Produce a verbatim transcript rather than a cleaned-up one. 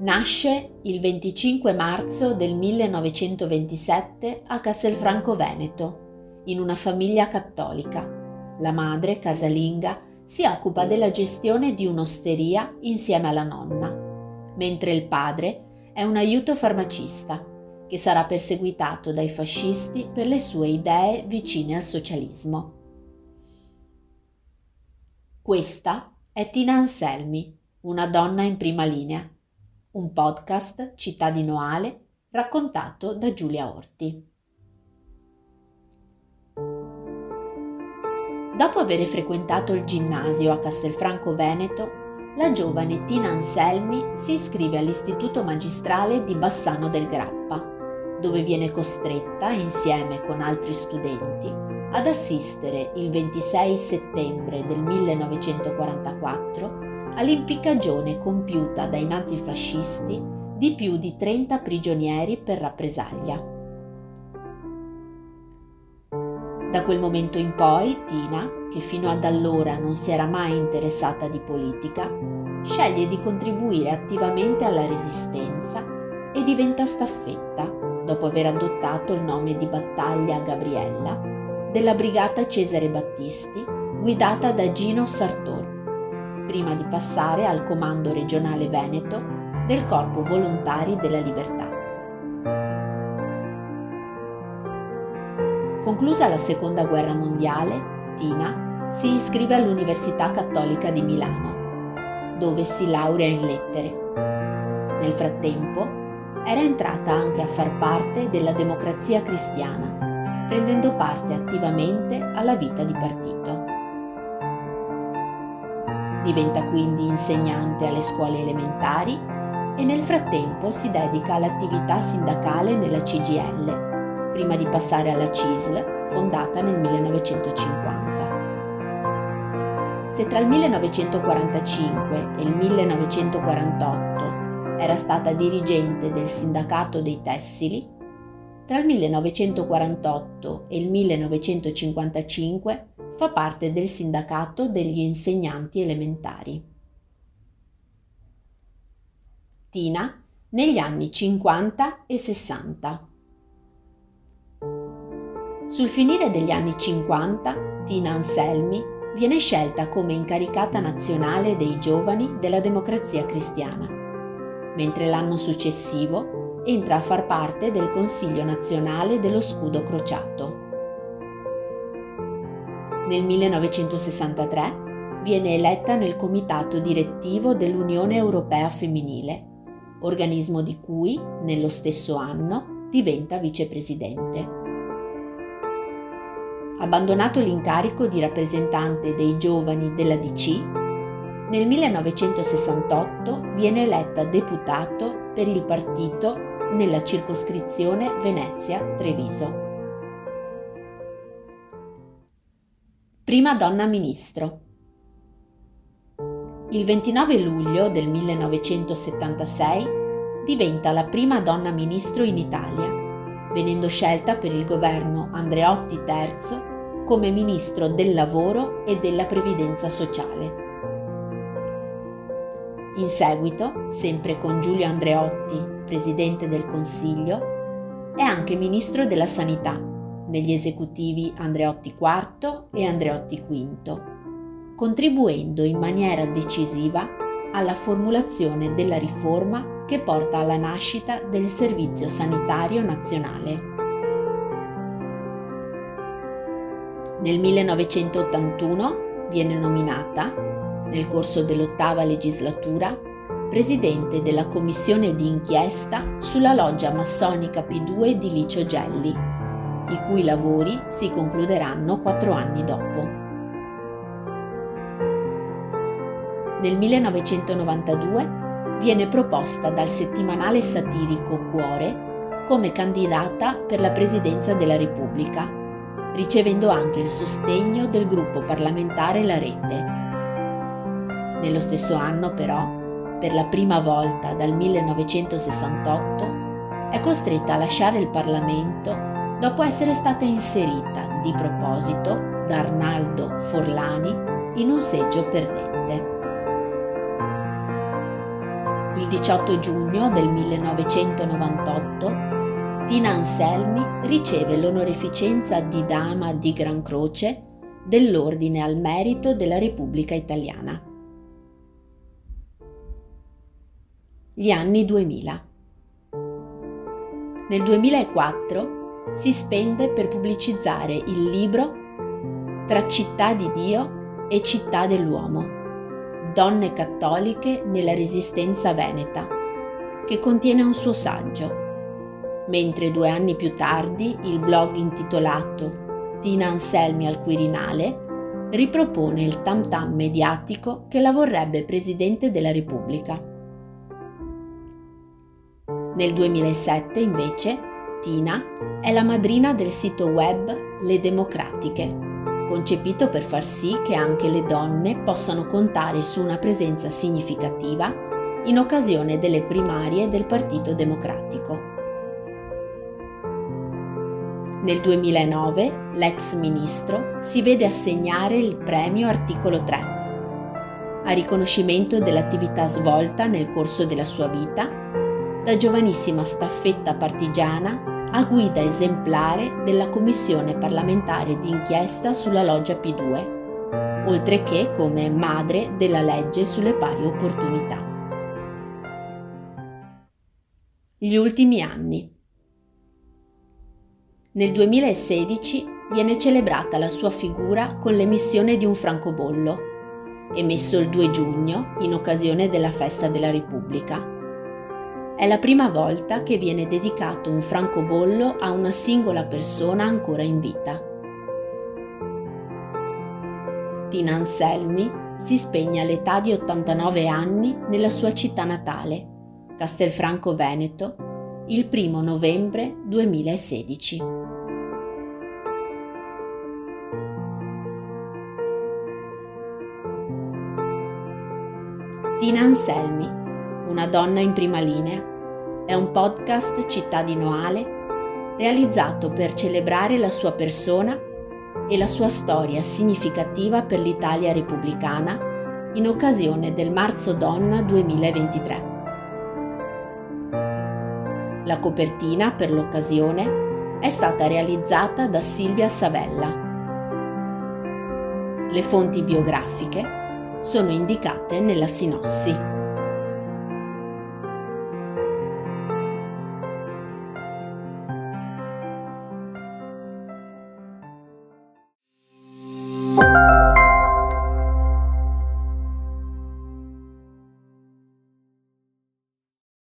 Nasce il venticinque marzo del millenovecentoventisette a Castelfranco Veneto, in una famiglia cattolica. La madre, casalinga, si occupa della gestione di un'osteria insieme alla nonna, mentre il padre è un aiuto farmacista che sarà perseguitato dai fascisti per le sue idee vicine al socialismo. Questa è Tina Anselmi, una donna in prima linea. Un podcast cittadino Ale raccontato da Giulia Orti. Dopo aver frequentato il ginnasio a Castelfranco Veneto, la giovane Tina Anselmi si iscrive all'Istituto Magistrale di Bassano del Grappa, dove viene costretta, insieme con altri studenti, ad assistere il ventisei settembre del millenovecentoquarantaquattro all'impiccagione compiuta dai nazifascisti di più di trenta prigionieri per rappresaglia. Da quel momento in poi Tina, che fino ad allora non si era mai interessata di politica, sceglie di contribuire attivamente alla resistenza e diventa staffetta, dopo aver adottato il nome di battaglia Gabriella, della brigata Cesare Battisti guidata da Gino Sartor, prima di passare al comando regionale Veneto del Corpo Volontari della Libertà. Conclusa la Seconda Guerra Mondiale, Tina si iscrive all'Università Cattolica di Milano, dove si laurea in lettere. Nel frattempo era entrata anche a far parte della Democrazia Cristiana, prendendo parte attivamente alla vita di partito. Diventa quindi insegnante alle scuole elementari e nel frattempo si dedica all'attività sindacale nella C G I L, prima di passare alla C I S L, fondata nel millenovecentocinquanta. Se tra il millenovecentoquarantacinque e il millenovecentoquarantotto era stata dirigente del sindacato dei tessili, tra il millenovecentoquarantotto e il millenovecentocinquantacinque fa parte del sindacato degli insegnanti elementari. Tina negli anni cinquanta e sessanta. Sul finire degli anni cinquanta, Tina Anselmi viene scelta come incaricata nazionale dei giovani della Democrazia Cristiana, mentre l'anno successivo entra a far parte del Consiglio nazionale dello Scudo Crociato. Nel millenovecentosessantatré viene eletta nel comitato direttivo dell'Unione Europea Femminile, organismo di cui, nello stesso anno, diventa vicepresidente. Abbandonato l'incarico di rappresentante dei giovani della D C, nel millenovecentosessantotto viene eletta deputato per il partito nella circoscrizione Venezia-Treviso. Prima donna ministro. Il ventinove luglio del millenovecentosettantasei diventa la prima donna ministro in Italia, venendo scelta per il governo Andreotti terzo come ministro del lavoro e della previdenza sociale. In seguito, sempre con Giulio Andreotti, presidente del Consiglio, è anche ministro della Sanità negli esecutivi Andreotti quarto e Andreotti quinto, contribuendo in maniera decisiva alla formulazione della riforma che porta alla nascita del Servizio Sanitario Nazionale. Nel millenovecentottantuno viene nominata, nel corso dell'ottava legislatura, presidente della commissione di inchiesta sulla loggia massonica P due di Licio Gelli, i cui lavori si concluderanno quattro anni dopo. Nel millenovecentonovantadue viene proposta dal settimanale satirico Cuore come candidata per la presidenza della Repubblica, ricevendo anche il sostegno del gruppo parlamentare La Rete. Nello stesso anno, però, per la prima volta dal millenovecentosessantotto, è costretta a lasciare il Parlamento dopo essere stata inserita di proposito da Arnaldo Forlani in un seggio perdente. Il diciotto giugno del millenovecentonovantotto Tina Anselmi riceve l'onorificenza di Dama di Gran Croce dell'Ordine al Merito della Repubblica Italiana. Gli anni duemila. Nel duemilaquattro si spende per pubblicizzare il libro Tra città di Dio e città dell'uomo, donne cattoliche nella resistenza veneta, che contiene un suo saggio, mentre due anni più tardi il blog intitolato Tina Anselmi al Quirinale ripropone il tam tam mediatico che la vorrebbe Presidente della Repubblica. Nel duemilasette, invece, Tina è la madrina del sito web Le Democratiche, concepito per far sì che anche le donne possano contare su una presenza significativa in occasione delle primarie del Partito Democratico. Nel duemilanove l'ex ministro si vede assegnare il premio Articolo tre, a riconoscimento dell'attività svolta nel corso della sua vita, da giovanissima staffetta partigiana a guida esemplare della Commissione parlamentare d'inchiesta sulla Loggia P due, oltre che come madre della legge sulle pari opportunità. Gli ultimi anni. Nel duemilasedici viene celebrata la sua figura con l'emissione di un francobollo, emesso il due giugno in occasione della Festa della Repubblica. È la prima volta che viene dedicato un francobollo a una singola persona ancora in vita. Tina Anselmi si spegne all'età di ottantanove anni nella sua città natale, Castelfranco Veneto, il primo novembre duemilasedici. Tina Anselmi, una donna in prima linea, è un podcast cittadinoale realizzato per celebrare la sua persona e la sua storia significativa per l'Italia repubblicana in occasione del Marzo Donna duemilaventitré. La copertina per l'occasione è stata realizzata da Silvia Savella. Le fonti biografiche sono indicate nella sinossi.